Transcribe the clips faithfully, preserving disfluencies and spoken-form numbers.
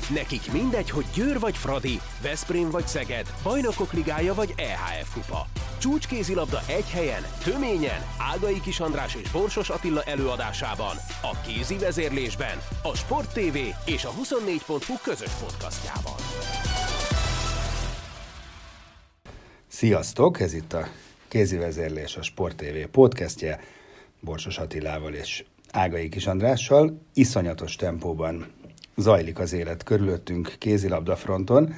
Nekik mindegy, hogy Győr vagy Fradi, Veszprém vagy Szeged, Bajnokok Ligája vagy é há ef Kupa. Csúcskézilabda egy helyen, töményen, Ágai Kis András és Borsos Attila előadásában, a kézi vezérlésben, a Sport té vé és a huszonnégy pont hu közös podcastjában. Sziasztok! Ez itt a Kézi Vezérlés, a Sport té vé podcastje, Borsos Attilával és Ágai Kis Andrással. Iszonyatos tempóban zajlik az élet körülöttünk kézilabda fronton,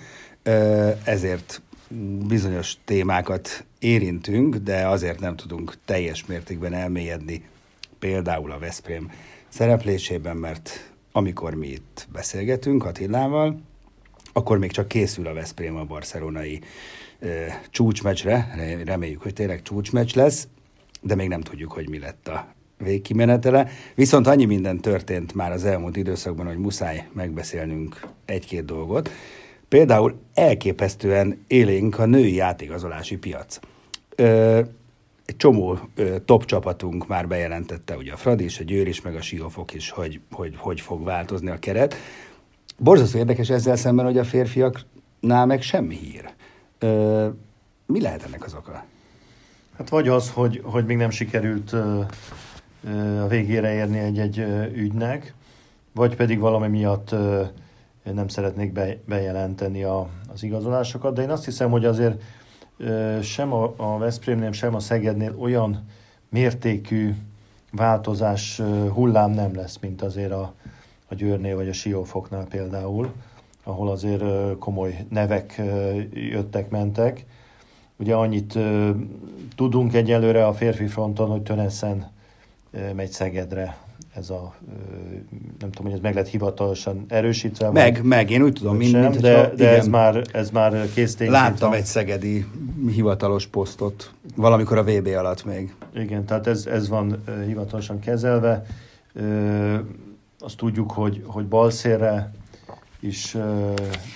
ezért bizonyos témákat érintünk, de azért nem tudunk teljes mértékben elmélyedni például a Veszprém szereplésében, mert amikor mi itt beszélgetünk Attilával, akkor még csak készül a Veszprém a barcelonai e, csúcsmeccsre, reméljük, hogy tényleg csúcsmeccs lesz, de még nem tudjuk, hogy mi lett a végkimenetele. Viszont annyi minden történt már az elmúlt időszakban, hogy muszáj megbeszélnünk egy-két dolgot. Például elképesztően élénk a női játékigazolási piac. Ö, egy csomó ö, top csapatunk már bejelentette, ugye a Fradi is, a Győr is, meg a Siófok is, hogy, hogy hogy fog változni a keret. Borzasztó érdekes ezzel szemben, hogy a férfiaknál meg semmi hír. Ö, mi lehet ennek az oka? Hát vagy az, hogy, hogy még nem sikerült ö, ö, a végére érni egy-egy ö, ügynek, vagy pedig valami miatt ö, nem szeretnék be, bejelenteni a, az igazolásokat, de én azt hiszem, hogy azért ö, sem a, a Veszprémnél, sem a Szegednél olyan mértékű változás ö, hullám nem lesz, mint azért a, a Győrnél vagy a Siófoknál például, ahol azért ö, komoly nevek ö, jöttek-mentek. Ugye annyit ö, tudunk egyelőre a férfi fronton, hogy Tönesszen ö, megy Szegedre. Ez a, ö, nem tudom, hogy ez meg lett hivatalosan erősítve. Meg, vagy, meg, én úgy tudom, mint, sem, mint de, de ez már, ez már késztény. Láttam egy szegedi hivatalos posztot, valamikor a vé bé alatt még. Igen, tehát ez, ez van ö, hivatalosan kezelve. Ö, azt tudjuk, hogy, hogy balszélre is ö,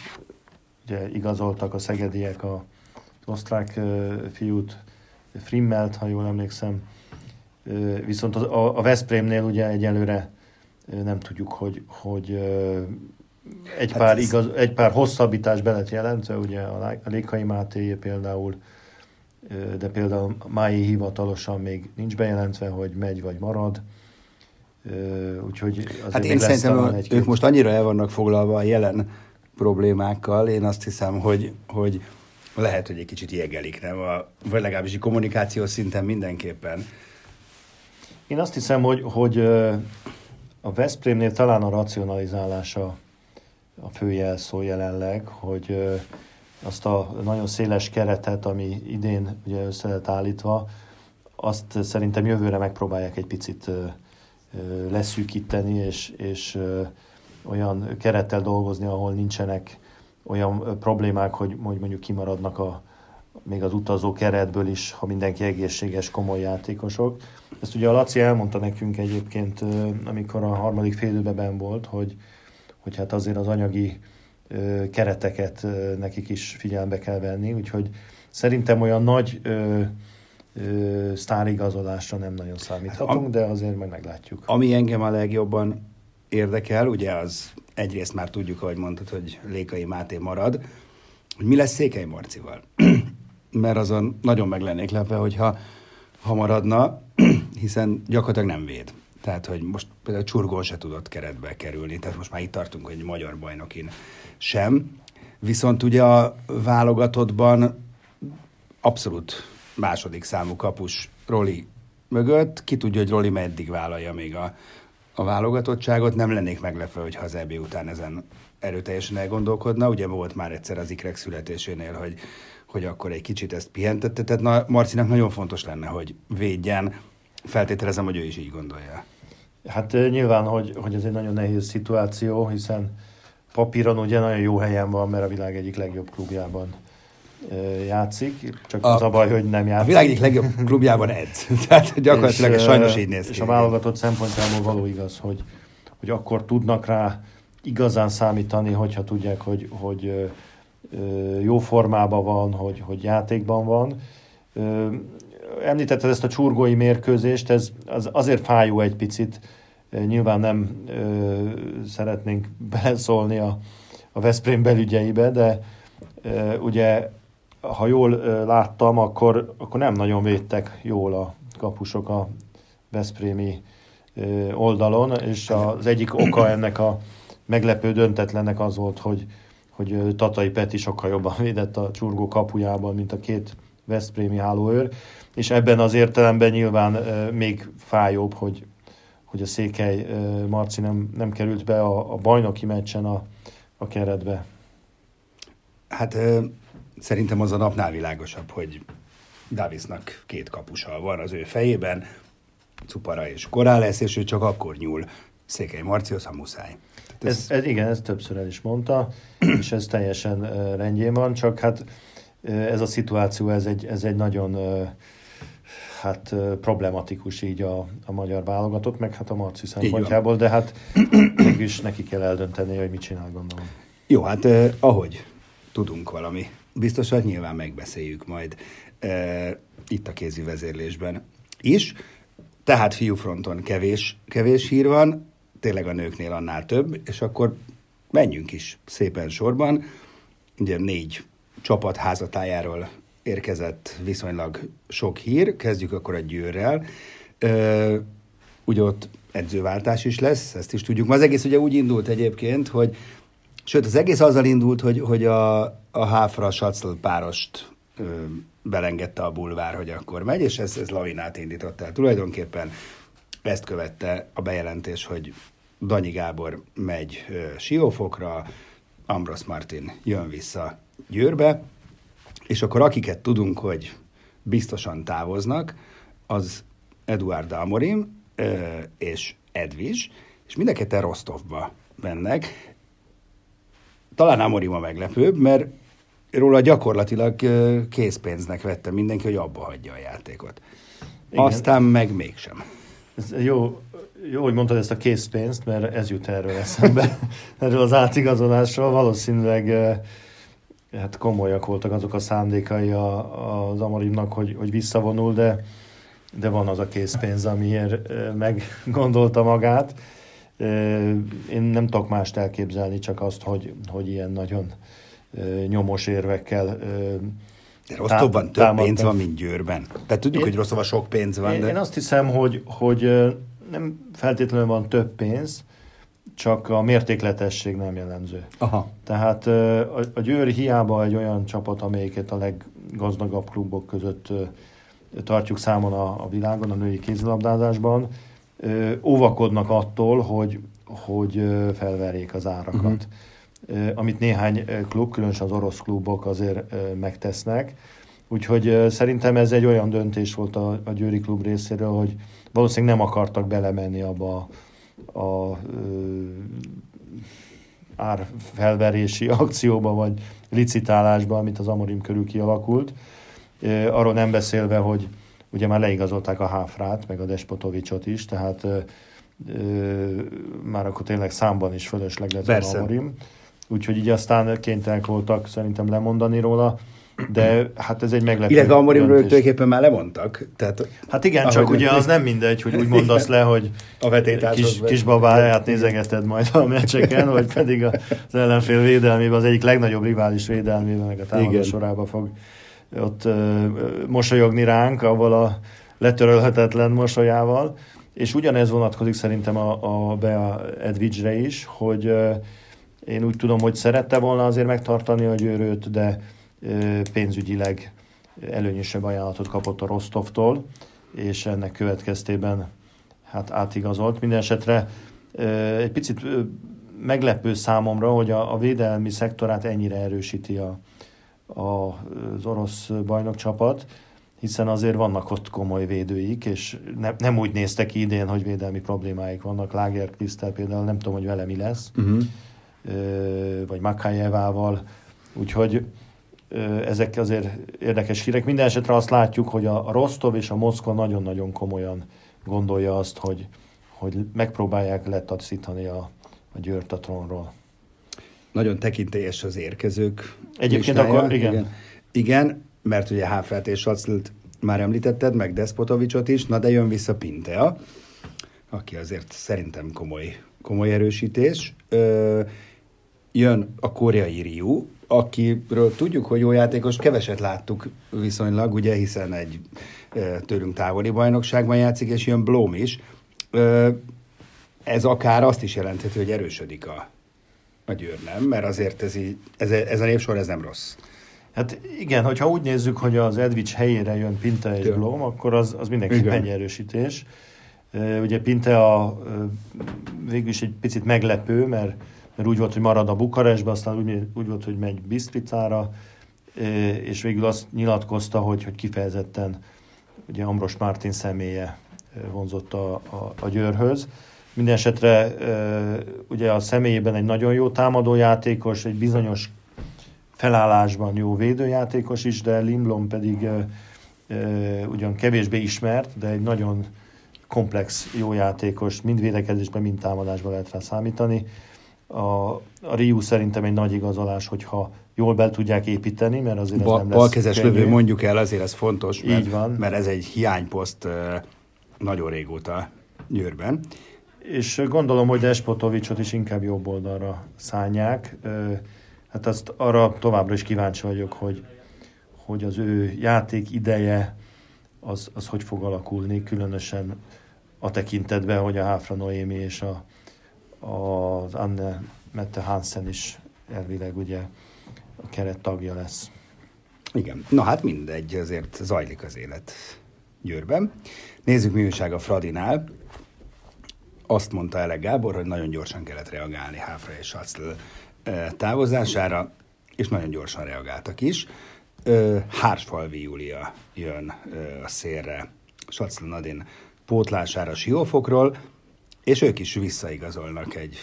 ugye igazoltak a szegediek a osztrák uh, fiút, Frimmelt, ha jól emlékszem. Uh, viszont a, a Veszprémnél ugye egyelőre uh, nem tudjuk, hogy, hogy uh, egy, hát pár igaz, egy pár hosszabbítás be lett jelentve, ugye a Lékai Máté például, uh, de például Mái hivatalosan még nincs bejelentve, hogy megy vagy marad. Uh, úgyhogy azért hát én szerintem ők két... most annyira el vannak foglalva a jelen problémákkal, én azt hiszem, hogy, hogy lehet, hogy egy kicsit jegelik, nem? A, vagy legalábbis kommunikációs szinten mindenképpen. Én azt hiszem, hogy, hogy a Veszprémnél talán a racionalizálása a fő jelszó jelenleg, hogy azt a nagyon széles keretet, ami idén ugye össze lett állítva, azt szerintem jövőre megpróbálják egy picit leszűkíteni, és, és olyan kerettel dolgozni, ahol nincsenek olyan problémák, hogy, hogy mondjuk kimaradnak a, még az utazó keretből is, ha mindenki egészséges, komoly játékosok. Ezt ugye a Laci elmondta nekünk egyébként, amikor a harmadik félidőben benn volt, hogy, hogy hát azért az anyagi kereteket nekik is figyelembe kell venni, úgyhogy szerintem olyan nagy ö, ö, sztárigazolásra nem nagyon számíthatunk, de azért majd meglátjuk. Ami engem a legjobban érdekel, ugye az egyrészt már tudjuk, ahogy mondtad, hogy Lékai Máté marad, hogy mi lesz Székely Marcival. Mert azon nagyon meg lennék lepve, hogyha ha maradna, hiszen gyakorlatilag nem véd. Tehát, hogy most például Csurgó se tudott keretbe kerülni, tehát most már itt tartunk, hogy magyar bajnokin sem. Viszont ugye a válogatottban abszolút második számú kapus Roli mögött, ki tudja, hogy Roli meddig vállalja még a a válogatottságot, nem lennék meglepve, hogyha az é bé után ezen erőteljesen elgondolkodna. Ugye volt már egyszer az ikrek születésénél, hogy, hogy akkor egy kicsit ezt pihentette. Tehát na, Marcinak nagyon fontos lenne, hogy védjen. Feltételezem, hogy ő is így gondolja. Hát nyilván, hogy, hogy ez egy nagyon nehéz szituáció, hiszen papíron ugye nagyon jó helyen van, mert a világ egyik legjobb klubjában játszik, csak a, az a baj, hogy nem játszik. A világ egyik legjobb klubjában edz. Tehát gyakorlatilag és, sajnos így néz ki. És a válogatott szempontjából való igaz, hogy, hogy akkor tudnak rá igazán számítani, hogyha tudják, hogy, hogy jó formában van, hogy, hogy játékban van. Említetted ezt a csurgói mérkőzést, ez az azért fájó egy picit. Nyilván nem szeretnénk beleszólni a a Veszprém belügyeibe, de e, ugye, ha jól e, láttam, akkor, akkor nem nagyon védtek jól a kapusok a veszprémi e, oldalon, és az egyik oka ennek a meglepő döntetlennek az volt, hogy, hogy Tatai Peti sokkal jobban védett a Csurgó kapujában, mint a két veszprémi hálóőr, és ebben az értelemben nyilván e, még fájóbb, hogy, hogy a Székely e, Marci nem, nem került be a, a bajnoki meccsen a, a keretbe. Hát e, szerintem az a napnál világosabb, hogy Davisnak két kapusa van az ő fejében, Cupara és Korál lesz, és ő csak akkor nyúl Székely Marcihoz, ha muszáj. Ez, ez, ez, igen, ezt többször el is mondta, és ez teljesen uh, rendjén van, csak hát uh, ez a szituáció, ez egy, ez egy nagyon uh, hát uh, problematikus így a, a magyar válogatott, meg hát a Marci szempontjából, de hát mégis neki kell eldönteni, hogy mit csinál, gondolom. Jó, hát uh, ahogy tudunk valami biztosat, nyilván megbeszéljük majd uh, itt a kézi vezérlésben is. Tehát fiúfronton kevés, kevés hír van, tényleg a nőknél annál több, és akkor menjünk is szépen sorban. Ugye négy csapat házatájáról érkezett viszonylag sok hír, kezdjük akkor a Győrrel. Ö, ugye ott edzőváltás is lesz, ezt is tudjuk. Ma az egész ugye úgy indult egyébként, hogy sőt, az egész azzal indult, hogy, hogy a, a Háfra-Sacl párost ö, belengedte a bulvár, hogy akkor megy, és ez, ez lavinát indított el. Tulajdonképpen ezt követte a bejelentés, hogy Danyi Gábor megy ö, Siófokra, Ambrosz Martin jön vissza Győrbe, és akkor akiket tudunk, hogy biztosan távoznak, az Eduard Amorim ö, és Edviz, és mind a ketten Rostovba mennek. Talán Amorim a meglepőbb, mert róla gyakorlatilag készpénznek vette mindenki, hogy abba hagyja a játékot. Igen. Aztán meg mégsem. Ez jó, jó, hogy mondtad ezt a készpénzt, mert ez jut erről eszembe. Erről az átigazolásról valószínűleg hát komolyak voltak azok a szándékai a, az Amorimnak, hogy, hogy visszavonul, de, de van az a készpénz, amiért meggondolta magát. Én nem tudok mást elképzelni, csak azt, hogy, hogy ilyen nagyon nyomos érvekkel de Rostovban több támadnak. Pénz van, mint Győrben. Tehát tudjuk, én, hogy Rostovban sok pénz van. Én, de... én azt hiszem, hogy, hogy nem feltétlenül van több pénz, csak a mértékletesség nem jellemző. Aha. Tehát a, a Győr hiába egy olyan csapat, amelyiket a leggazdagabb klubok között tartjuk számon a, a világon, a női kézilabdázásban, óvakodnak attól, hogy, hogy felverjék az árakat. Uh-huh. Amit néhány klub, különösen az orosz klubok azért megtesznek. Úgyhogy szerintem ez egy olyan döntés volt a, a győri klub részéről, hogy valószínűleg nem akartak belemenni abba a, a árfelverési akcióba, vagy licitálásba, amit az Amorim körül kialakult. Arról nem beszélve, hogy ugye már leigazolták a Háfrát, meg a Despotovicsot is, tehát ö, ö, már akkor tényleg számban is fölösleg lett az Amorim. Úgyhogy így aztán kénytelenek voltak szerintem lemondani róla, de hát ez egy meglepő. Illetve Amorimről tulajdonképpen már lemondtak. Tehát, hát igen, csak ugye az nem mindegy, hogy úgy mondasz le, hogy a kis, kisbabáját nézegeted majd a meccseken, vagy pedig az ellenfél védelmében, az egyik legnagyobb rivális védelmében, meg a támadó sorában fog ott ö, mosolyogni ránk, avval a letörölhetetlen mosolyával, és ugyanez vonatkozik szerintem a, a Bea Edvidzsre is, hogy ö, én úgy tudom, hogy szerette volna azért megtartani a Győrőt, de ö, pénzügyileg előnyösebb ajánlatot kapott a Rostovtól, és ennek következtében hát átigazolt. Minden esetre ö, egy picit ö, meglepő számomra, hogy a, a védelmi szektorát ennyire erősíti a az orosz bajnokcsapat, hiszen azért vannak ott komoly védőik, és ne, nem úgy néztek ki idén, hogy védelmi problémáik vannak. Lagerkvisttel például, nem tudom, hogy vele mi lesz, uh-huh. ö, vagy Makajevával, úgyhogy ö, ezek azért érdekes hírek. Minden esetre azt látjuk, hogy a, a Rostov és a Moszkva nagyon-nagyon komolyan gondolja azt, hogy, hogy megpróbálják letaszítani a, a Győrt a trónról. Nagyon tekintélyes az érkezők. Egyébként listája. Akkor igen. igen. Igen, mert ugye Háfrát és Saclt már említetted, meg Despotovicsot is, na de jön vissza Pintea, aki azért szerintem komoly, komoly erősítés. Ö, jön a koreai Ryu, akiről tudjuk, hogy jó játékos, keveset láttuk viszonylag, ugye, hiszen egy tőlünk távoli bajnokságban játszik, és jön Blom is. Ez akár azt is jelentheti, hogy erősödik a, a Győr, nem? Mert azért ez, így, ez, ez a névsor, ez nem rossz. Hát igen, hogyha úgy nézzük, hogy az Edvics helyére jön Pinte és Blom, akkor az, az mindenképpen egy erősítés. Ugye Pinte a, végül is egy picit meglepő, mert, mert úgy volt, hogy marad a Bukarestbe, aztán úgy, úgy volt, hogy megy Bistricára, és végül azt nyilatkozta, hogy, hogy kifejezetten ugye Ambros Mártin személye vonzott a, a, a Győrhöz. Minden esetre ugye a személyében egy nagyon jó támadójátékos, egy bizonyos felállásban jó védőjátékos is, de Lindblom pedig uh, uh, ugyan kevésbé ismert, de egy nagyon komplex jó játékos, mind védekezésben, mind támadásban lehet rá számítani. A, a Ryu szerintem egy nagy igazolás, hogyha jól be tudják építeni, mert azért ez ba, nem lesz balkezes lövő, mondjuk el, azért ez fontos, mert, Így van. mert ez egy hiányposzt uh, nagyon régóta Győrben. És gondolom, hogy Despotovicsot is inkább jobb oldalra szánják. Uh, Hát azt arra továbbra is kíváncsi vagyok, hogy, hogy az ő játék ideje az, az hogy fog alakulni, különösen a tekintetben, hogy a Háfra Noémi és a, a, az Anne Mette Hansen is elvileg ugye a keret tagja lesz. Igen, na hát mindegy, azért zajlik az élet Győrben. Nézzük, mi újság a Fradinál. Azt mondta Elek Gábor, hogy nagyon gyorsan kellett reagálni Háfra és Schatzl távozására, és nagyon gyorsan reagáltak is. Hársfalvi Júlia jön a szélre Schatzl Nadin pótlására Siófokról, és ők is visszaigazolnak egy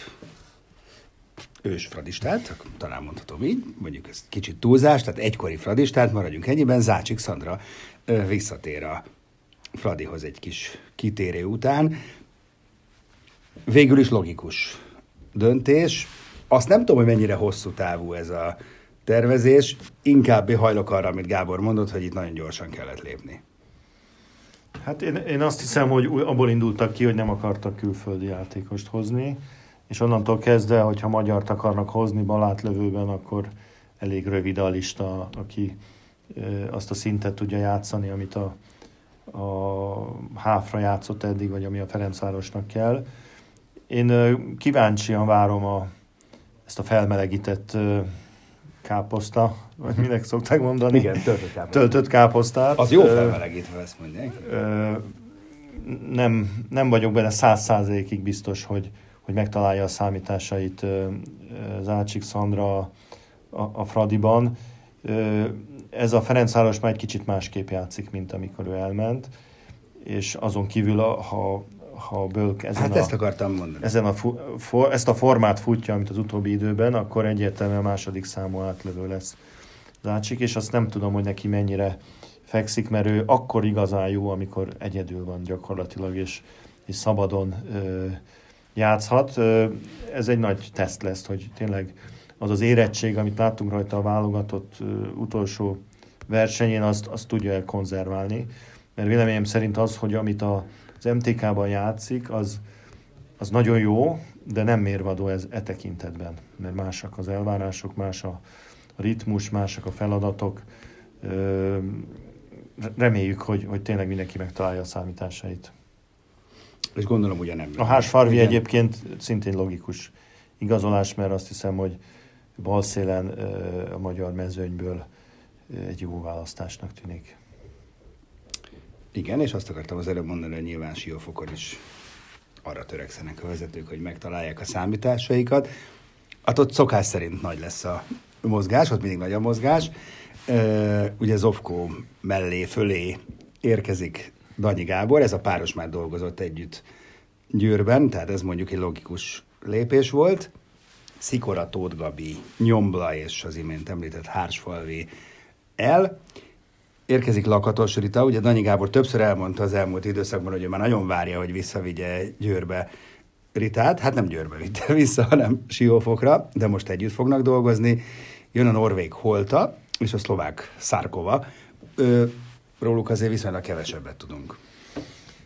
ős fradistát, talán mondhatom így, mondjuk ez kicsit túlzás, tehát egykori fradistát, maradjunk ennyiben, Zácsik Szandra visszatér a Fradihoz egy kis kitérő után. Végül is logikus döntés. Azt nem tudom, hogy mennyire hosszú távú ez a tervezés, inkább hajlok arra, amit Gábor mondott, hogy itt nagyon gyorsan kellett lépni. Hát én, én azt hiszem, hogy abból indultak ki, hogy nem akartak külföldi játékost hozni, és onnantól kezdve, hogyha magyart akarnak hozni balátlövőben, akkor elég rövid a lista, aki e, azt a szintet tudja játszani, amit a, a Háfra játszott eddig, vagy ami a Ferencvárosnak kell. Én e, kíváncsian várom a ezt a felmelegített káposzta, vagy minek szokták mondani? Igen, töltött káposztát. Töltött káposztát. Az jó felmelegítve, ezt mondják. Nem, nem vagyok benne száz százalékig biztos, hogy, hogy megtalálja a számításait Zácsik Szandra a, a Fradiban. Ez a Ferencváros már egy kicsit másképp játszik, mint amikor ő elment, és azon kívül, ha ha Bölk ezen, hát a, ezt akartam mondani. ezen a, for, ezt a formát futja, amit az utóbbi időben, akkor egyértelműen a második számú átlövő lesz Zácsik, és azt nem tudom, hogy neki mennyire fekszik, mert ő akkor igazán jó, amikor egyedül van gyakorlatilag, és, és szabadon ö, játszhat. Ö, ez egy nagy teszt lesz, hogy tényleg az az érettség, amit láttunk rajta a válogatott ö, utolsó versenyén, azt, azt tudja el konzerválni, mert véleményem szerint az, hogy amit a az em té ká-ban játszik, az, az nagyon jó, de nem mérvadó ez e tekintetben, mert másak az elvárások, más a ritmus, másak a feladatok. Reméljük, hogy, hogy tényleg mindenki megtalálja a számításait. És gondolom ugye nem. A Hársfalvi egyébként szintén logikus igazolás, mert azt hiszem, hogy balszélen a magyar mezőnyből egy jó választásnak tűnik. Igen, és azt akartam az előbb mondani, hogy nyilván Siófokon is arra törekszenek a vezetők, hogy megtalálják a számításaikat. Hát ott szokás szerint nagy lesz a mozgás, ott mindig nagy a mozgás. Ugye Zofko mellé, fölé érkezik Danyi Gábor, ez a páros már dolgozott együtt Győrben, tehát ez mondjuk egy logikus lépés volt. Szikora, Tóth Gabi, Nyombla és az imént említett Hársfalvi el. Érkezik Lakatos Rita, ugye Danyi Gábor többször elmondta az elmúlt időszakban, hogy ő már nagyon várja, hogy visszavigye Győrbe Ritát. Hát nem Győrbe vitte vissza, hanem Siófokra, de most együtt fognak dolgozni. Jön a norvég Holta és a szlovák Szárkova. Róluk azért viszonylag kevesebbet tudunk.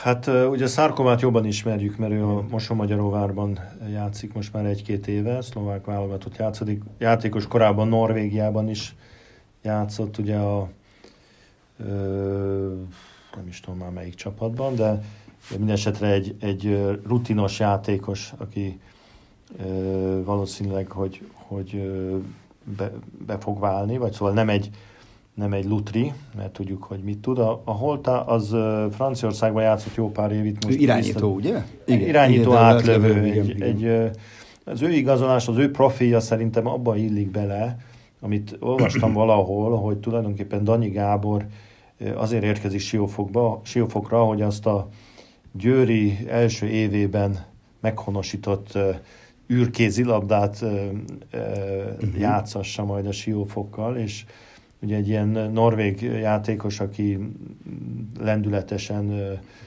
Hát ugye Szárkomát jobban ismerjük, mert ő a Mosonmagyaróvárban játszik most már egy-két éve, szlovák válogatott játszik. Játékos korábban Norvégiában is játszott, ugye a ö, nem is tudom már melyik csapatban, de mindesetre egy, egy rutinos játékos, aki ö, valószínűleg, hogy, hogy be, be fog válni, vagy szóval nem egy nem egy lutri, mert tudjuk, hogy mit tud. A, a Holta az uh, Franciaországban játszott jó pár évit. Most irányító, vissza, ugye? Igen, irányító igen, átlövő. átlövő, egy, igen, egy, igen. uh, az ő igazolás, az ő profilja szerintem abban illik bele, amit olvastam valahol, hogy tulajdonképpen Danyi Gábor uh, azért érkezik Siófokba, Siófokra, hogy azt a győri első évében meghonosított uh, űrkézilabdát uh, uh, uh-huh. játszassa majd a Siófokkal, és ugye egy ilyen norvég játékos, aki lendületesen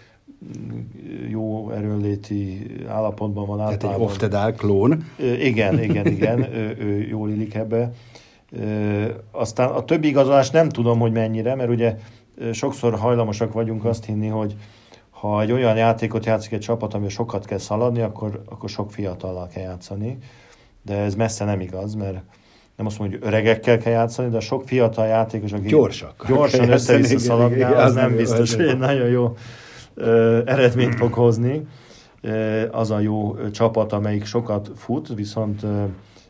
jó erőnléti állapotban van általában. Tehát egy off-the-dial klón. Igen, igen, igen, ő, ő jól illik ebbe. Aztán a többi igazolás nem tudom, hogy mennyire, mert ugye sokszor hajlamosak vagyunk azt hinni, hogy ha egy olyan játékot játszik egy csapat, amivel sokat kell szaladni, akkor, akkor sok fiatallal kell játszani. De ez messze nem igaz, mert nem azt mondom, hogy öregekkel kell játszani, de a sok fiatal játékos, akik gyorsak. gyorsan össze-vissza szaladnál, az, az nem biztos, hogy egy nagyon jó ö, eredményt fog hozni. Ö, az a jó ö, csapat, amelyik sokat fut, viszont ö,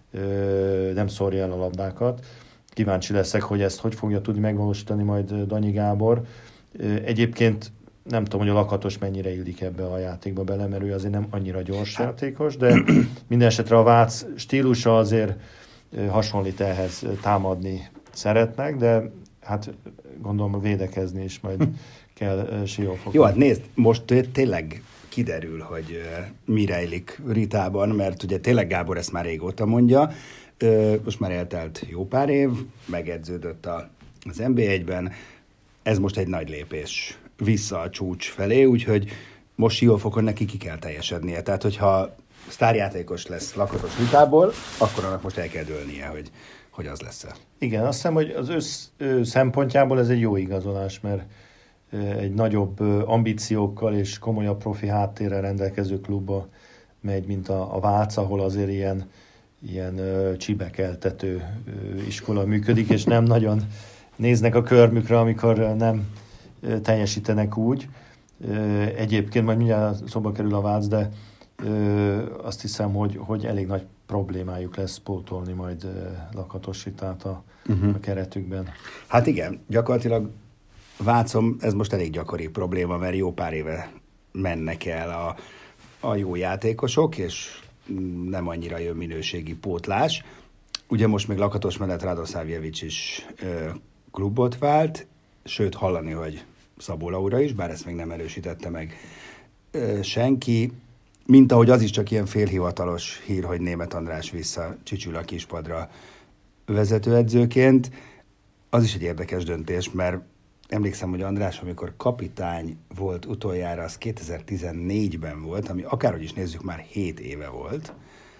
ö, nem szórja el a labdákat. Kíváncsi leszek, hogy ezt hogy fogja tudni megvalósítani majd Danyi Gábor. Ö, egyébként nem tudom, hogy a Lakatos mennyire illik ebbe a játékba bele, mert ő azért nem annyira gyors játékos, de minden esetre a Vác stílusa azért hasonlít ehhez, támadni szeretnek, de hát gondolom védekezni is majd kell Siófokon. Jó, hát nézd, most tényleg kiderül, hogy mi rejlik Ritában, mert ugye tényleg Gábor ezt már régóta mondja, most már eltelt jó pár év, megedződött az en bé egyben, ez most egy nagy lépés vissza a csúcs felé, úgyhogy most Siófokon neki ki kell teljesednie, tehát hogyha sztárjátékos lesz Lakatos Ritából, akkor annak most el kell dőlnie, hogy, hogy az lesz-e. Igen, azt hiszem, hogy az ő, ő szempontjából ez egy jó igazolás, mert egy nagyobb ambíciókkal és komolyabb profi háttérrel rendelkező klubba megy, mint a, a Vác, ahol azért ilyen, ilyen csibekeltető iskola működik, és nem nagyon néznek a körmükre, amikor nem teljesítenek úgy. Egyébként majd mindjárt szóba kerül a Vác, de Ö, azt hiszem, hogy, hogy elég nagy problémájuk lesz pótolni majd ö, Lakatos Ritát a, uh-huh. a keretükben. Hát igen, gyakorlatilag Vácon ez most elég gyakori probléma, mert jó pár éve mennek el a, a jó játékosok, és nem annyira jön minőségi pótlás. Ugye most még Lakatos mellett Radosavljevic is ö, klubot vált, sőt hallani, hogy Szabó Laura is, bár ezt még nem erősítette meg ö, senki. Mint ahogy az is csak ilyen félhivatalos hír, hogy Németh András visszacsücsül a kispadra vezetőedzőként. Az is egy érdekes döntés, mert emlékszem, hogy András, amikor kapitány volt utoljára, az kétezer-tizennégyben volt, ami akárhogy is nézzük, már hét éve volt.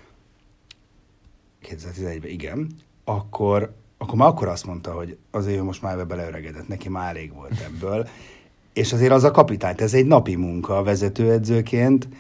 kétezer-tizenegyben, igen. Akkor, akkor már akkor azt mondta, hogy azért most már ebbe beleöregedett, neki már elég volt ebből. És azért az a kapitány, ez egy napi munka a vezetőedzőként.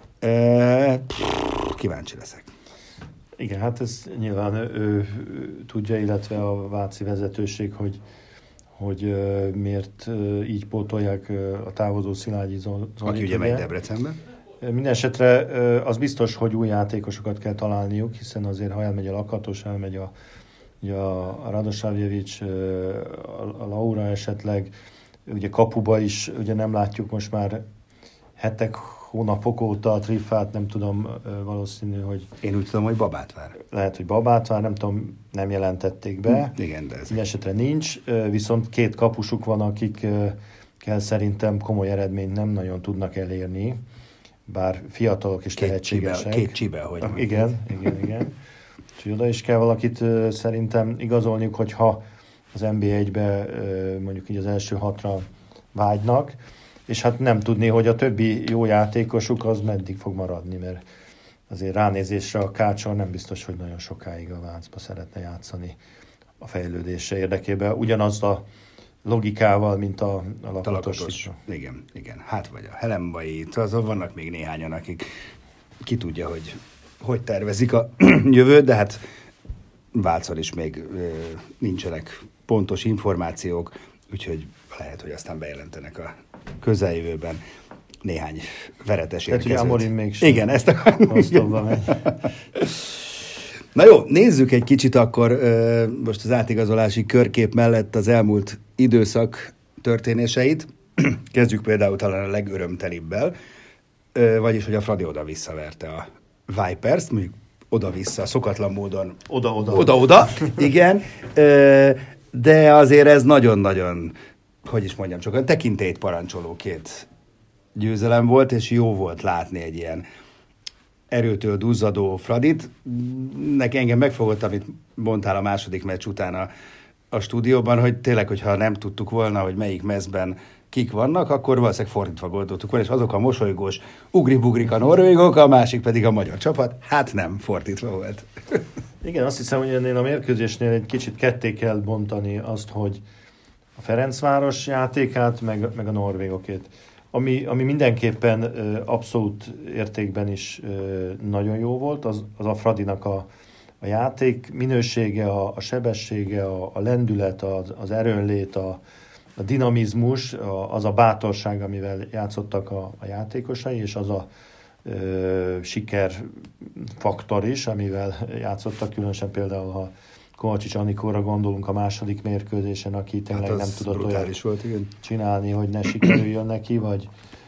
Kíváncsi leszek. Igen, hát ez nyilván ő, ő tudja, illetve a váci vezetőség, hogy, hogy miért így pótolják a távozó Szilágyi Zolit. Aki ugye megy Debrecenbe. Mindenesetre az biztos, hogy új játékosokat kell találniuk, hiszen azért, ha elmegy a Lakatos, elmegy a, a Radosavljevic, a Laura esetleg, ugye kapuba is, ugye nem látjuk most már hetek, hónapok óta a Trifát, nem tudom, valószínű, hogy... Én úgy tudom, hogy babát vár. Lehet, hogy babát vár, nem tudom, nem jelentették be. Hm, igen, de ez... Esetre nincs, viszont két kapusuk van, akik kell szerintem komoly eredményt nem nagyon tudnak elérni, bár fiatalok és két tehetségesek. Csibe, két csibe, hogy ah, Igen, igen, igen. Úgyhogy oda is kell valakit szerintem igazolniuk, hogyha az en bé egybe mondjuk így az első hatra vágynak, és hát nem tudni, hogy a többi jó játékosuk az meddig fog maradni, mert azért ránézésre a Kácsor nem biztos, hogy nagyon sokáig a Vácba szeretne játszani a fejlődése érdekében. Ugyanaz a logikával, mint a, a lakatos. lakatos. Igen, igen. Hát vagy a Helembai, azon vannak még néhányan, akik ki tudja, hogy hogy tervezik a jövőt, de hát Vácon is még ö, nincsenek pontos információk, úgyhogy lehet, hogy aztán bejelentenek a közeljövőben néhány veretes érkezőt. Tehát, hogy Amorim mégsem. Igen, ezt a... Na jó, nézzük egy kicsit akkor ö, most az átigazolási körkép mellett az elmúlt időszak történéseit. Kezdjük például talán a legörömtelibbel, ö, vagyis, hogy a Fradi oda visszaverte a Vipers-t, mondjuk oda-vissza, szokatlan módon. Oda-oda. Oda-oda, igen. Ö, de azért ez nagyon-nagyon, hogy is mondjam, csak a tekintélyt parancsoló két győzelem volt, és jó volt látni egy ilyen erőtől duzzadó Fradit. Neki engem megfogott, amit mondtál a második meccs után a, a stúdióban, hogy tényleg, hogyha nem tudtuk volna, hogy melyik mezben kik vannak, akkor valószínűleg fordítva gondoltuk volna, és azok a mosolygós ugribugrik a norvégok, a másik pedig a magyar csapat. Hát nem, fordítva volt. Igen, azt hiszem, hogy ennél a mérkőzésnél egy kicsit ketté kell bontani azt, hogy a Ferencváros játékát, meg, meg a norvégokét. Ami, ami mindenképpen ö, abszolút értékben is ö, nagyon jó volt, az, az a Fradinak a, a játék minősége, a, a sebessége, a, a lendület, az, az erőnlét, a, a dinamizmus, a, az a bátorság, amivel játszottak a, a játékosai, és az a ö, sikerfaktor is, amivel játszottak, különösen például, ha Kovácsics Anikóra gondolunk a második mérkőzésen, aki tényleg hát nem tudott olyan volt, igen. csinálni, hogy ne sikerüljön neki, vagy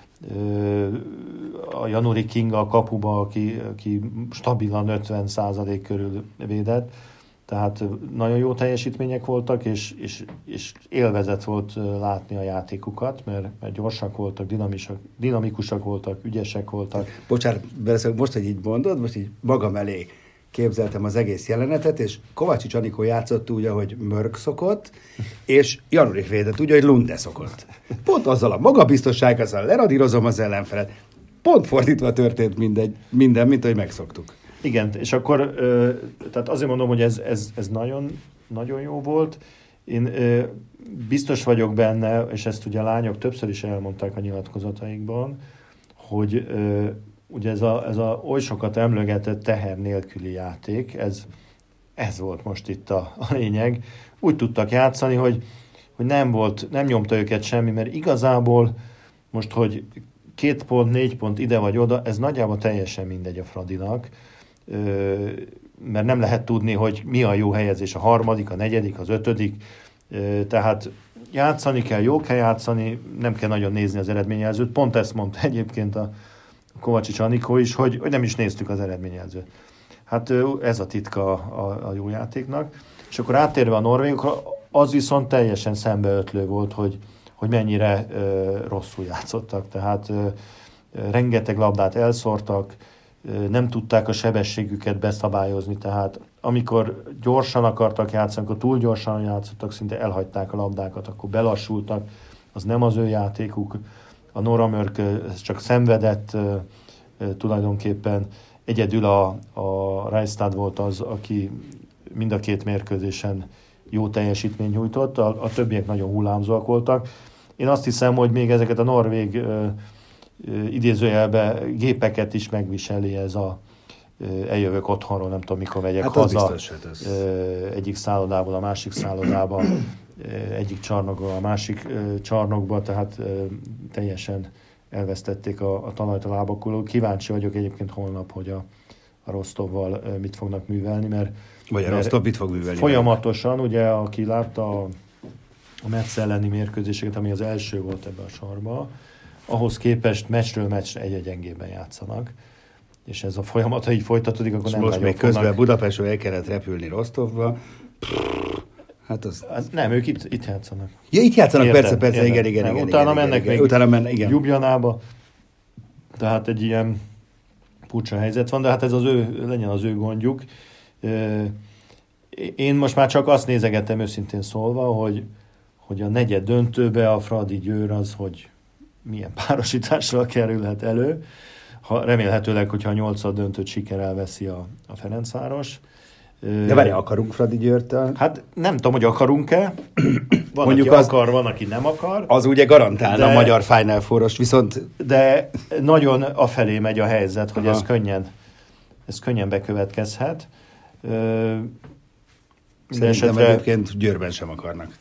ö, a Januri Kinga a kapuba, aki, aki stabilan ötven százalék körül védett. Tehát nagyon jó teljesítmények voltak, és, és, és élvezet volt látni a játékukat, mert, mert gyorsak voltak, dinamikusak, dinamikusak voltak, ügyesek voltak. Bocsánat, most, hogy így mondod, most így magam elé képzeltem az egész jelenetet, és Kovácsics Anikó játszott úgy, ahogy Mörk szokott, és Janurik védett úgy, ahogy Lunde szokott. Pont azzal a magabiztosság, azzal leradírozom az ellenfelet. Pont fordítva történt mindegy, minden, mint ahogy megszoktuk. Igen, és akkor tehát azért mondom, hogy ez, ez, ez nagyon, nagyon jó volt. Én biztos vagyok benne, és ezt ugye a lányok többször is elmondták a nyilatkozataikban, hogy ugye ez a, ez a oly sokat emlegetett teher nélküli játék, ez, ez volt most itt a, a lényeg. Úgy tudtak játszani, hogy, hogy nem volt, nem nyomta őket semmi, mert igazából most, hogy két pont, négy pont ide vagy oda, ez nagyjából teljesen mindegy a Fradinak, mert nem lehet tudni, hogy mi a jó helyezés, a harmadik, a negyedik, az ötödik, tehát játszani kell, jó kell játszani, nem kell nagyon nézni az eredményjelzőt. Pont ezt mondta egyébként a Kovácsics Anikó is, hogy, hogy nem is néztük az eredményjelzőt. Hát ez a titka a, a jó játéknak. És akkor áttérve a norvégokra, az viszont teljesen szembeötlő volt, hogy, hogy mennyire ö, rosszul játszottak. Tehát ö, rengeteg labdát elszórtak, ö, nem tudták a sebességüket beszabályozni, tehát amikor gyorsan akartak játszani, akkor túl gyorsan játszottak, szinte elhagyták a labdákat, akkor belassultak, az nem az ő játékuk. A Nora Mörk csak szenvedett tulajdonképpen. Egyedül a, a Rijstad volt az, aki mind a két mérkőzésen jó teljesítményt nyújtott, a, a többiek nagyon hullámzóak voltak. Én azt hiszem, hogy még ezeket a norvég ö, ö, idézőjelbe gépeket is megviseli ez a ö, eljövök otthonról, nem tudom mikor megyek hát haza biztos, ez... ö, egyik szállodából a másik szállodába, egyik csarnokból a másik ö, csarnokba, tehát ö, teljesen elvesztették a, a talajt a lábakul. Kíváncsi vagyok egyébként holnap, hogy a, a Rostovval ö, mit fognak művelni, mert, Vagy a mert Rostov mit fog művelni? folyamatosan, ugye, aki látta a, a Metsz elleni mérkőzéseket, ami az első volt ebben a sorban, ahhoz képest meccsről meccsre egy-egy gyengében játszanak, és ez a folyamat, ha így folytatódik, akkor és nem most még fognak... közben Budapestről el kellett repülni Rostovba. Hát az... az... Nem, ők itt, itt játszanak. Ja, itt játszanak, Értem, persze, persze, értem. igen, igen, nem, igen. Utána igen, mennek igen, még utána men, igen. Ljubljanába. Tehát egy ilyen furcsa helyzet van, de hát ez az ő, legyen az ő gondjuk. Én most már csak azt nézegettem őszintén szólva, hogy, hogy a negyed döntőbe a Fradi Győr az, hogy milyen párosítással kerülhet elő. Ha, remélhetőleg, hogyha a nyolcad döntőt sikerrel veszi a, a Ferencváros. De várj, akarunk Fradi Győrtől? Hát nem tudom, hogy akarunk-e. Van, Mondjuk aki az, akar, van, aki nem akar. Az ugye garantálna de, a magyar Final Four-ost, viszont... De nagyon afelé megy a helyzet, hogy Aha. ez könnyen, ez könnyen bekövetkezhet. Szerintem esetre... egyébként Győrben sem akarnak.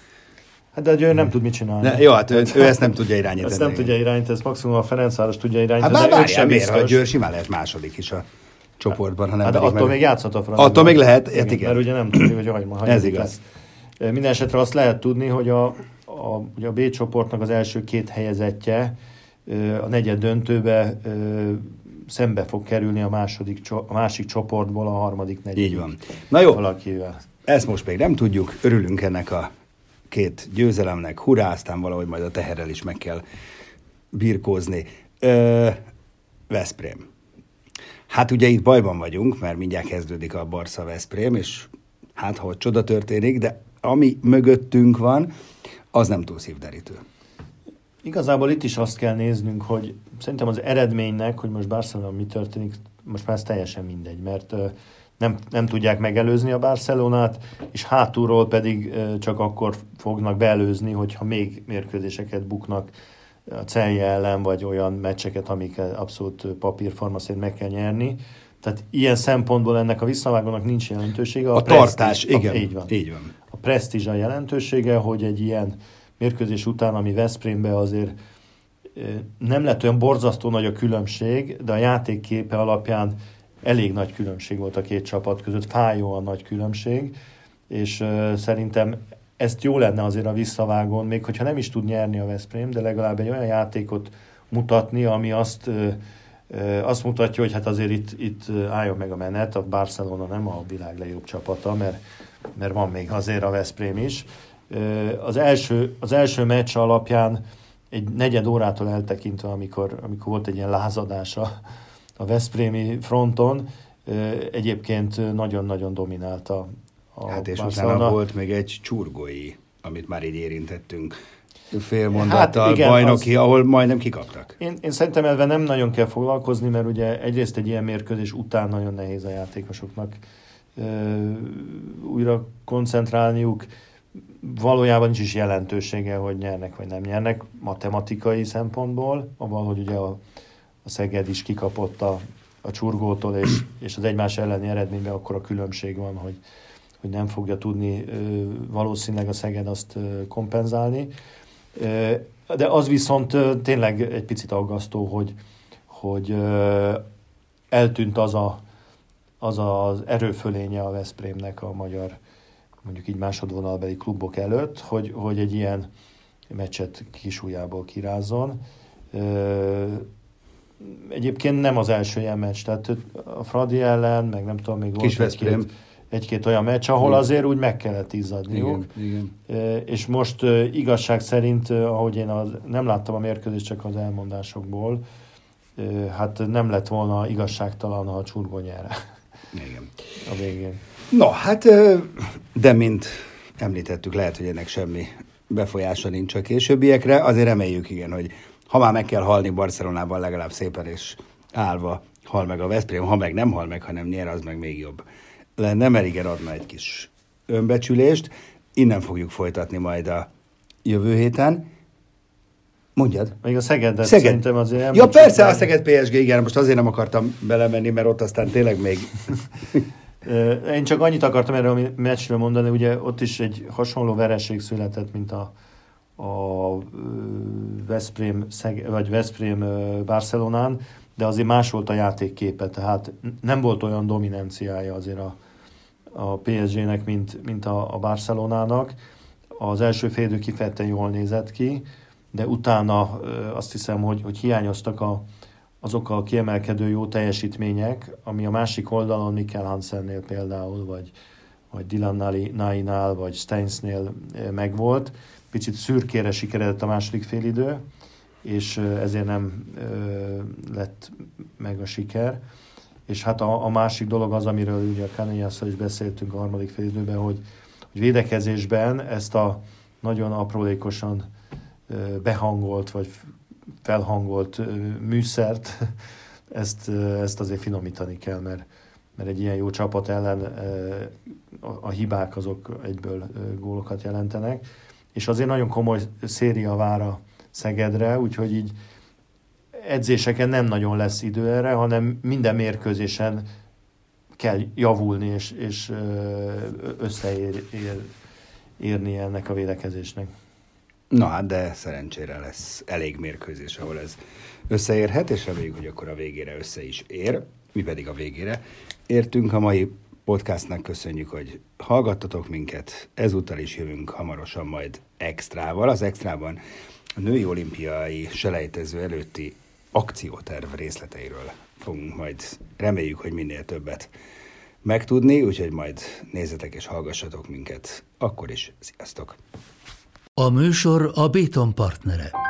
Hát de a Győr nem tud mit csinálni. Ne, jó, hát ő, ő ezt nem tudja irányítani. Ezt nem tudja irányítani, ezt maximum a Ferencváros tudja irányítani. Hát bár várjál, miért? A Győr simán lehet második is a csoportban, ha nem hát pedig attól meg... még játszhat a Fradi. Attól még lehet, igen, igen. Mert ugye nem tudjuk, hogy hogy ma ez igaz. Lesz. Minden esetre azt lehet tudni, hogy a, a, ugye a B csoportnak az első két helyezettje a negyed döntőbe szembe fog kerülni a, második, a másik csoportból a harmadik, negyedik. Így van. Na jó, valakivel. Ezt most még nem tudjuk, örülünk ennek a két győzelemnek, hurrá, aztán valahogy majd a teherrel is meg kell birkózni. Ö, Veszprém. Hát ugye itt bajban vagyunk, mert mindjárt kezdődik a Barca-Veszprém, és hát ha ott csoda történik, de ami mögöttünk van, az nem túl szívderítő. Igazából itt is azt kell néznünk, hogy szerintem az eredménynek, hogy most Barcelona mi történik, most már ez teljesen mindegy, mert nem, nem tudják megelőzni a Barcelonát, és hátulról pedig csak akkor fognak beelőzni, hogyha még mérkőzéseket buknak a Celje ellen, vagy olyan meccseket, amiket abszolút papírforma szerint meg kell nyerni. Tehát ilyen szempontból ennek a visszavágónak nincs jelentősége. A, a tartás, presztízs, igen, a, így van. így van. A presztízs a jelentősége, hogy egy ilyen mérkőzés után, ami Veszprémbe azért nem lett olyan borzasztó nagy a különbség, de a játékképe alapján elég nagy különbség volt a két csapat között, fájóan nagy különbség, és uh, szerintem ezt jó lenne azért a visszavágón, még hogyha nem is tud nyerni a Veszprém, de legalább egy olyan játékot mutatni, ami azt, uh, uh, azt mutatja, hogy hát azért itt, itt álljon meg a menet, a Barcelona nem a világ legjobb csapata, mert, mert van még azért a Veszprém is. Uh, az, első, az első meccs alapján egy negyed órától eltekintve, amikor, amikor volt egy ilyen lázadása a veszprémi fronton, egyébként nagyon-nagyon dominálta a Hát és Barcelona. utána volt még egy csurgói, amit már így érintettünk félmondattal, hát igen, bajnoki, az... ahol majdnem kikaptak. Én, én szerintem ebben nem nagyon kell foglalkozni, mert ugye egyrészt egy ilyen mérkőzés után nagyon nehéz a játékosoknak ö, újra koncentrálniuk. Valójában nincs is jelentősége, hogy nyernek vagy nem nyernek matematikai szempontból, abban, hogy ugye a, a Szeged is kikapott a, a Csurgótól, és, és az egymás elleni eredményben akkor a különbség van, hogy, hogy nem fogja tudni ö, valószínűleg a Szeged azt ö, kompenzálni. Ö, de az viszont ö, tényleg egy picit aggasztó, hogy, hogy ö, eltűnt az, a, az az erőfölénye a Veszprémnek a magyar, mondjuk így másodvonalbeli klubok előtt, hogy, hogy egy ilyen meccset kisúlyából kirázzon. Egyébként nem az első ilyen meccs, tehát a Fradi ellen, meg nem tudom, még volt egy-két, egy-két olyan meccs, ahol igen. azért úgy meg kellett izzadniuk. Igen, igen. És most igazság szerint, ahogy én az, nem láttam a mérkőzést csak az elmondásokból, hát nem lett volna igazságtalan, ha a Csurgó nyere. Igen. A végén. No, hát, de mint említettük, lehet, hogy ennek semmi befolyása nincs a későbbiekre. Azért reméljük, igen, hogy ha már meg kell halni Barcelonában, legalább szépen és állva hal meg a Veszprém, ha meg nem hal meg, hanem nyer, az meg még jobb lenne, mert igen, adna egy kis önbecsülést. Innen fogjuk folytatni majd a jövő héten. Mondjad. Még a Szegedet Szeged. Szerintem azért... Ja, persze, meg. A Szeged pé es gé, igen, most azért nem akartam belemenni, mert ott aztán tényleg még... Én csak annyit akartam erről a meccsről mondani, ugye ott is egy hasonló vereség született, mint a, a Veszprém, vagy Veszprém Barcelonán, de azért más volt a játékképe, tehát nem volt olyan dominanciája azért a, a pé es gének, mint, mint a, a Barcelonának. Az első fél idő kifejezetten jól nézett ki, de utána azt hiszem, hogy, hogy hiányoztak a azok a kiemelkedő jó teljesítmények, ami a másik oldalon Mikkel Hansennél például, vagy, vagy Dylan Nainál, vagy Steinsnél megvolt. Picit szürkére sikeredett a második félidő, és ezért nem lett meg a siker. És hát a, a másik dolog az, amiről ugye a Canellas-szal is beszéltünk a harmadik félidőben, hogy, hogy védekezésben ezt a nagyon aprólékosan behangolt, vagy felhangolt műszert, ezt, ezt azért finomítani kell, mert, mert egy ilyen jó csapat ellen a hibák azok egyből gólokat jelentenek. És azért nagyon komoly széria vár a Szegedre, úgyhogy így edzéseken nem nagyon lesz idő erre, hanem minden mérkőzésen kell javulni, és, és összeérni ennek a védekezésnek. Na hát, de szerencsére lesz elég mérkőzés, ahol ez összeérhet, és reméljük, hogy akkor a végére össze is ér. Mi pedig a végére értünk. A mai podcastnak köszönjük, hogy hallgattatok minket. Ezúttal is jövünk hamarosan majd extrával. Az extrában a női olimpiai selejtező előtti akcióterv részleteiről fogunk majd, reméljük, hogy minél többet megtudni, úgyhogy majd nézzetek és hallgassatok minket. Akkor is sziasztok! A műsor a Béton partnere.